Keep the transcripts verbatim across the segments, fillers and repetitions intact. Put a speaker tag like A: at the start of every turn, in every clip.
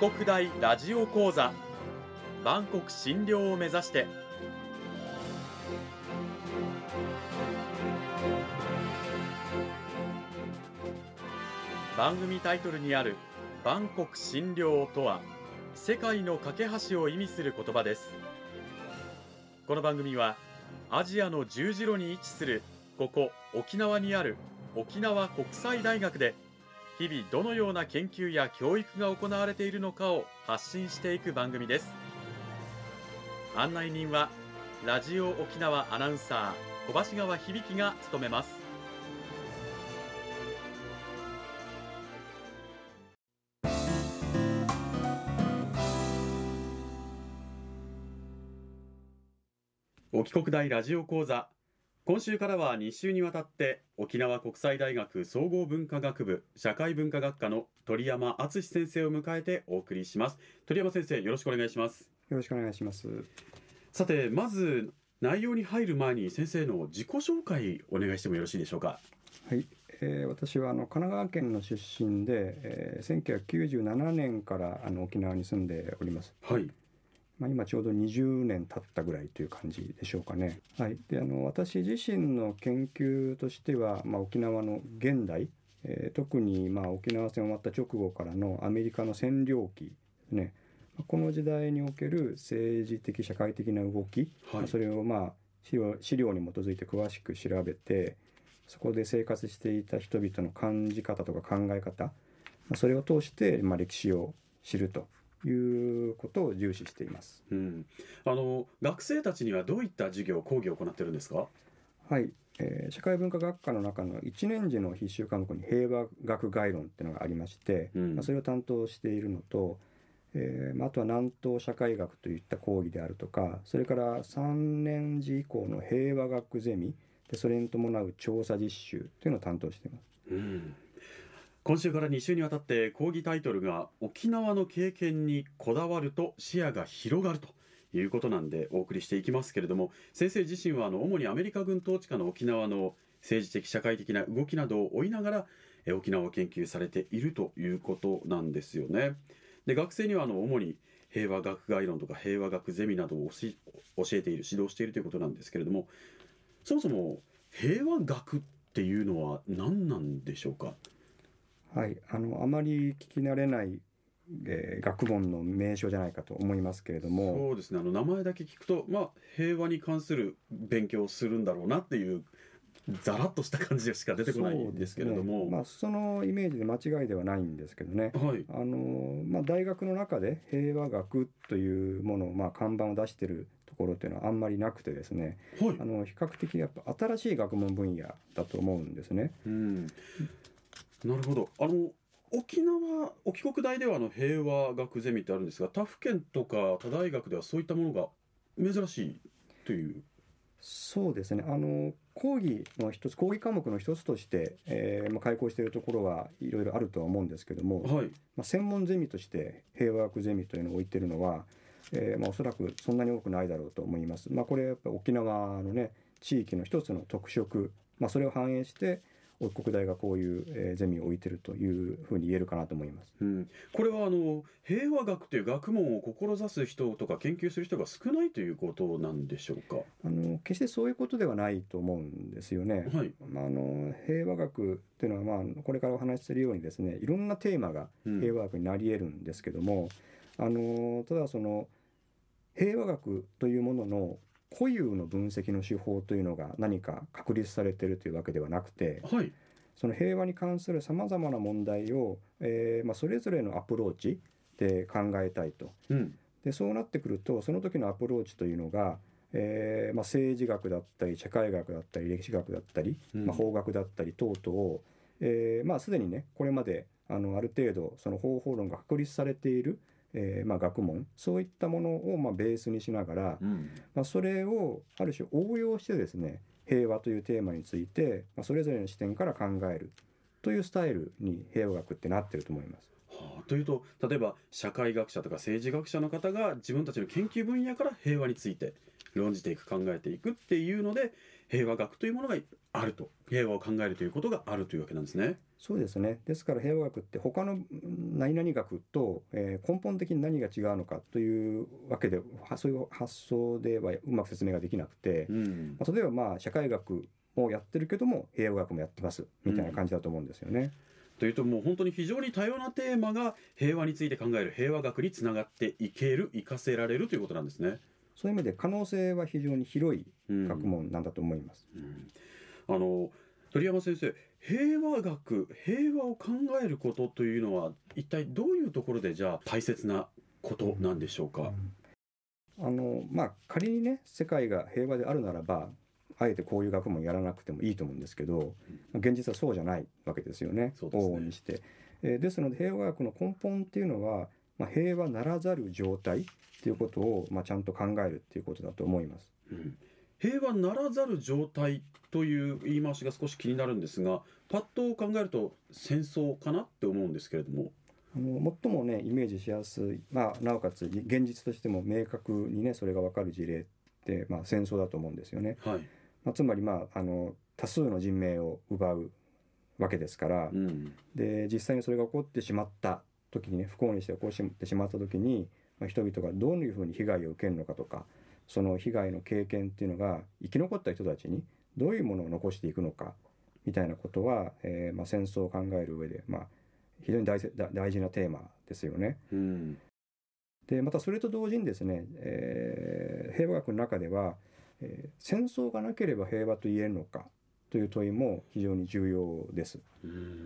A: 国大ラジオ講座万国診療を目指して。番組タイトルにある万国診療とは、世界の架け橋を意味する言葉です。この番組はアジアの十字路に位置するここ沖縄にある沖縄国際大学で、日々どのような研究や教育が行われているのかを発信していく番組です。案内人はラジオ沖縄アナウンサー小橋川響が務めます。沖国大ラジオ講座、今週からはに週にわたって沖縄国際大学総合文化学部社会文化学科の鳥山敦先生を迎えてお送りします。鳥山先生、よろしくお願いします。
B: よろしくお願いします。
A: さて、まず内容に入る前に先生の自己紹介お願いしてもよろしいでしょうか。
B: はい、えー、私はあの神奈川県の出身で、えー、せんきゅうひゃくきゅうじゅうななねんからあの沖縄に住んでおります。
A: はい。
B: まあ、今ちょうどにじゅうねん経ったぐらいという感じでしょうかね。はい、であの私自身の研究としては、まあ、沖縄の現代、えー、特にまあ沖縄戦終わった直後からのアメリカの占領期ですね。この時代における政治的社会的な動き、はい、それをまあ資料、資料に基づいて詳しく調べて、そこで生活していた人々の感じ方とか考え方、それを通してまあ歴史を知るということを重視しています。
A: うん、あの学生たちにはどういった授業講義を行っているんですか。
B: はい、えー、社会文化学科の中のいちねん次の必修科目に平和学概論っていうのがありまして、うん、まあ、それを担当しているのと、えー、あとは南東社会学といった講義であるとか、それからさんねん次以降の平和学ゼミで、それに伴う調査実習というのを担当しています。
A: うん、今週からに週にわたって講義タイトルが沖縄の経験にこだわると視野が広がるということなんでお送りしていきますけれども、先生自身はあの主にアメリカ軍統治下の沖縄の政治的社会的な動きなどを追いながらえ沖縄を研究されているということなんですよね。で、学生にはあの主に平和学概論とか平和学ゼミなどを教えている、指導しているということなんですけれども、そもそも平和学っていうのは何なんでしょうか。
B: はい、あのあまり聞き慣れない、えー、学問の名称じゃないかと思いますけれども。
A: そうですね、あの名前だけ聞くと、まあ、平和に関する勉強をするんだろうなっていうざらっとした感じしか出てこないんですけれども、
B: そ、ね、まあ、そのイメージで間違いではないんですけどね、
A: はい、
B: あのまあ、大学の中で平和学というものを、まあ、看板を出しているところというのはあんまりなくてですね、はい、あの比較的やっぱ新しい学問分野だと思うんですね。
A: うん、なるほど。あの沖縄沖国大ではあの平和学ゼミってあるんですが、他府県とか他大学ではそういったものが珍しいという。
B: そうですね、あの講義の一つ講義科目の一つとして、えーまあ、開講しているところはいろいろあるとは思うんですけども、はい、まあ、専門ゼミとして平和学ゼミというのを置いているのは、えーまあ、おそらくそんなに多くないだろうと思います。まあ、これやっぱ沖縄のね地域の一つの特色、まあ、それを反映して沖国大がこういう、えー、ゼミを置いているというふうに言えるかなと思います。
A: うん、これはあの平和学という学問を志す人とか研究する人が少ないということなんでしょうか。
B: あの決してそういうことではないと思うんですよね。はい、まあ、あの平和学というのは、まあ、これからお話しするようにですね、いろんなテーマが平和学になり得るんですけども、うん、あのただその平和学というものの固有の分析の手法というのが何か確立されているというわけではなくて、はい、その平和に関するさまざまな問題を、えーまあ、それぞれのアプローチで考えたいと、うん、でそうなってくるとその時のアプローチというのが、えーまあ、政治学だったり社会学だったり歴史学だったり、うん、まあ、法学だったり等々を、えーまあ、すでにねこれまであのある程度その方法論が確立されているえーまあ、学問、そういったものをまあベースにしながら、うん、まあ、それをある種応用してですね、平和というテーマについて、まあ、それぞれの視点から考えるというスタイルに平和学ってなってると思います。
A: はあ、というと、例えば社会学者とか政治学者の方が自分たちの研究分野から平和について論じていく、考えていくっていうので平和学というものがあると、平和を考えるということがあるというわけなんですね。
B: そうですね。ですから平和学って他の何々学と、えー、根本的に何が違うのかというわけで、そういう発想ではうまく説明ができなくて、うん、まあ、例えばまあ社会学もやってるけども平和学もやってますみたいな感じだと思うんですよね。うん、
A: というともう本当に非常に多様なテーマが平和について考える平和学につながっていける、活かせられるということなんですね。
B: そういう意味で可能性は非常に広い学問なんだと思います。うん
A: うん、あの鳥山先生、平和学、平和を考えることというのは一体どういうところでじゃあ大切なことなんでしょうか。
B: うんうん、あのまあ仮にね世界が平和であるならばあえてこういう学問やらなくてもいいと思うんですけど、現実はそうじゃないわけですよね。
A: そうですね。
B: 往々にして、えー、ですので平和学の根本っていうのは、まあ、平和ならざる状態っていうことを、まあ、ちゃんと考えるっていうことだと思います。
A: うん、平和ならざる状態という言い回しが少し気になるんですが、パッと考えると戦争かなって思うんですけれども、
B: あの最もねイメージしやすい、まあ、なおかつ現実としても明確にねそれが分かる事例って、まあ、戦争だと思うんですよね。はい、まあ、つまり、まあ、あの多数の人命を奪うわけですから、うん、で実際にそれが起こってしまった時にね不幸にして起こってしまった時に、まあ、人々がどういうふうに被害を受けるのかとか、その被害の経験っていうのが生き残った人たちにどういうものを残していくのかみたいなことは、えーまあ、戦争を考える上で、まあ、非常に 大, 大事なテーマですよね。うん、でまたそれと同時にですね、えー、平和学の中では、えー、戦争がなければ平和と言えるのかという問いも非常に重要です。
A: うん、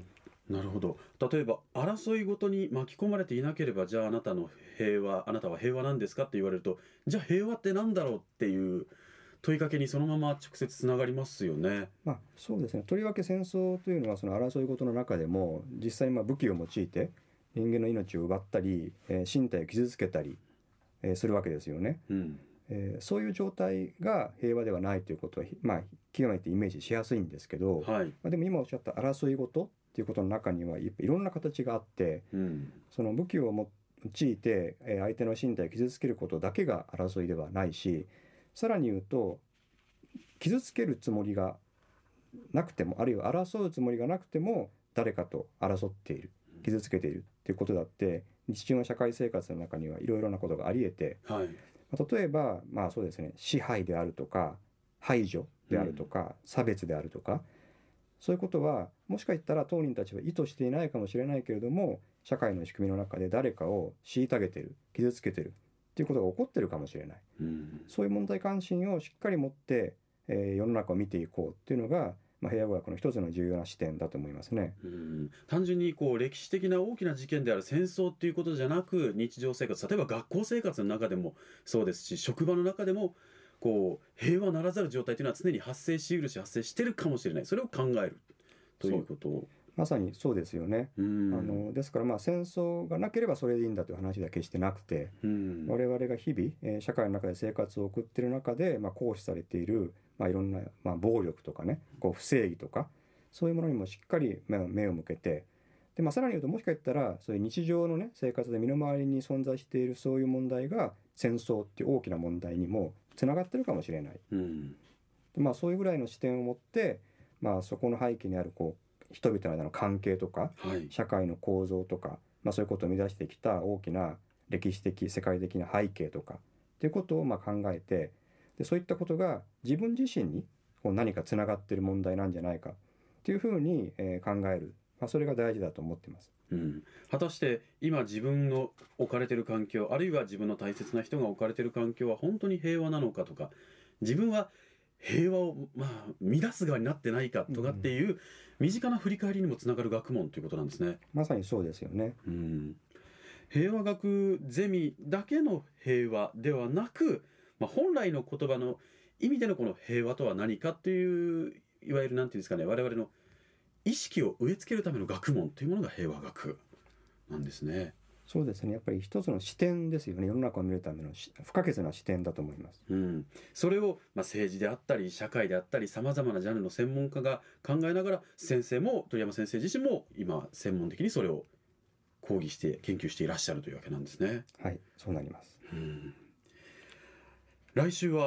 A: なるほど。例えば争いごとに巻き込まれていなければ、じゃああなたの平和、あなたは平和なんですかって言われると、じゃあ平和ってなんだろうっていう問いかけにそのまま直接つながりますよね。
B: まあ、そうですね。とりわけ戦争というのはその争いごとの中でも実際まあ武器を用いて人間の命を奪ったり、えー、身体を傷つけたり、えー、するわけですよね。うん、えー、そういう状態が平和ではないということは、まあ、極めてイメージしやすいんですけど、はい、まあ、でも今おっしゃった争いごとっていうことの中にはいろんな形があって、うん、その武器を用いて相手の身体を傷つけることだけが争いではないし、さらに言うと傷つけるつもりがなくても、あるいは争うつもりがなくても誰かと争っている、傷つけているっていうことだって日常の社会生活の中にはいろいろなことがあり得て、はい、例えばまあそうですね、支配であるとか排除であるとか、うん、差別であるとか、そういうことはもしかしたら当人たちは意図していないかもしれないけれども、社会の仕組みの中で誰かを虐げてる、傷つけてるっていうことが起こってるかもしれない、うん、そういう問題関心をしっかり持って、えー、世の中を見ていこうっていうのが、まあ、平和学の一つの重要な視点だと思いますね。
A: うん、単純にこう歴史的な大きな事件である戦争っていうことじゃなく、日常生活、例えば学校生活の中でもそうですし、職場の中でもこう平和ならざる状態というのは常に発生しうるし発生してるかもしれない、それを考えるということを、
B: まさにそうですよね。あのですからまあ戦争がなければそれでいいんだという話では決してなくて、我々が日々、えー、社会の中で生活を送っている中で、まあ、行使されている、まあ、いろんな、まあ、暴力とかね、こう不正義とかそういうものにもしっかり目を、目を向けて、で、まあ、さらに言うともしかしたらそういう日常のね生活で身の回りに存在しているそういう問題が戦争っていう大きな問題にもつながってるかもしれない。うん、でまあ、そういうぐらいの視点を持って、まあ、そこの背景にあるこう人々の間の関係とか、はい、社会の構造とか、まあ、そういうことを生み出してきた大きな歴史的世界的な背景とかっていうことをまあ考えて、でそういったことが自分自身にこう何かつながっている問題なんじゃないかっていうふうに、えー、考える、まあ、それが大事だと思っています。
A: うん、果たして今自分の置かれている環境、あるいは自分の大切な人が置かれている環境は本当に平和なのかとか、自分は平和を、まあ、乱す側になってないかとかっていう身近な振り返りにもつながる学問ということなんですね。
B: まさにそうですよね。
A: うん、平和学ゼミだけの平和ではなく、まあ、本来の言葉の意味でのこの平和とは何かっていう、いわゆるなんていうんですかね、我々の意識を植え付けるための学問というものが平和学なんですね。
B: そうですね、やっぱり一つの視点ですよね。世の中を見るための不可欠な視点だと思います。
A: うん、それを、まあ、政治であったり社会であったりさまざまなジャンルの専門家が考えながら、先生も鳥山先生自身も今専門的にそれを講義して研究していらっしゃるというわけなんですね。
B: はい、そうなります。うん、
A: 来週は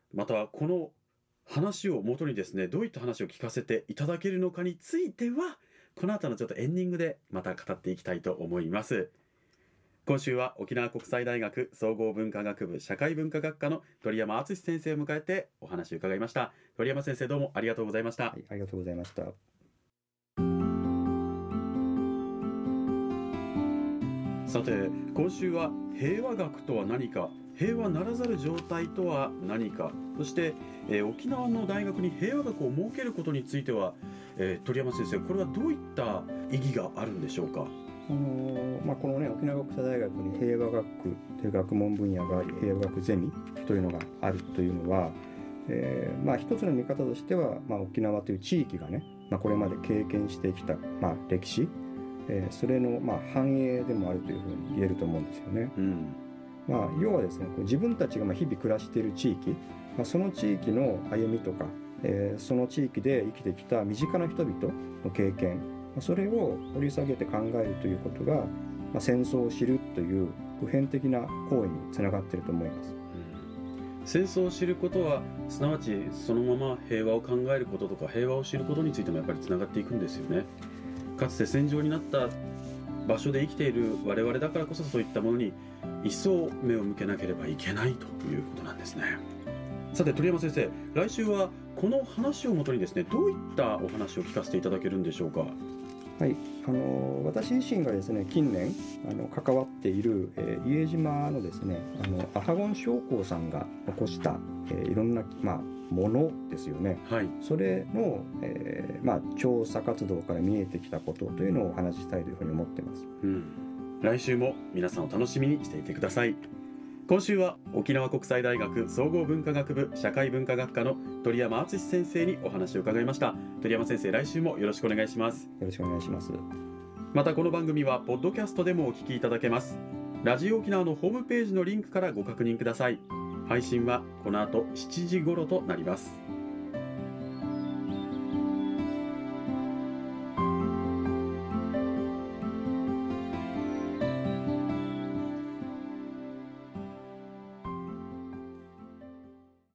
A: またこの話を元にですね、どういった話を聞かせていただけるのかについては、この後のちょっとエンディングでまた語っていきたいと思います。今週は沖縄国際大学総合文化学部社会文化学科の鳥山敦先生を迎えてお話を伺いました。鳥山先生、どうもありがとうございました。
B: はい、ありがとうございました。
A: さて、今週は平和学とは何か、平和ならざる状態とは何か、そして、えー、沖縄の大学に平和学を設けることについては、えー、鳥山先生、これはどういった意義があるんでしょうか。
B: あのーまあ、このね、沖縄国際大学に平和学という学問分野があり、平和学ゼミというのがあるというのは、えーまあ、一つの見方としては、まあ、沖縄という地域がね、まあ、これまで経験してきた、まあ、歴史、えー、それの、まあ、反映でもあるというふうに言えると思うんですよね。うんまあ、要はですね、こう自分たちがまあ日々暮らしている地域、まあ、その地域の歩みとか、えー、その地域で生きてきた身近な人々の経験、それを掘り下げて考えるということが、まあ、戦争を知るという普遍的な行為につながっていると思います。
A: うん、戦争を知ることはすなわちそのまま平和を考えることとか平和を知ることについてもやっぱりつながっていくんですよね。かつて戦場になった場所で生きている我々だからこそ、そういったものに一層目を向けなければいけないということなんですね。さて鳥山先生、来週はこの話をもとにですね、どういったお話を聞かせていただけるんでしょうか。
B: はい、あの私自身がですね、近年あの関わっている、えー、伊江島のですね、あのアハゴン将校さんが残した、えー、いろんな、まあ、ものですよね、はい、それの、えーまあ、調査活動から見えてきたことというのをお話ししたいというふうに思っています。
A: うん、来週も皆さんお楽しみにしていてください。今週は沖縄国際大学総合文化学部社会文化学科の鳥山敦先生にお話を伺いました。鳥山先生、来週もよろしくお願いします。
B: よろしくお願いします。
A: またこの番組はポッドキャストでもお聞きいただけます。ラジオ沖縄のホームページのリンクからご確認ください。配信はこの後しちじ頃となります。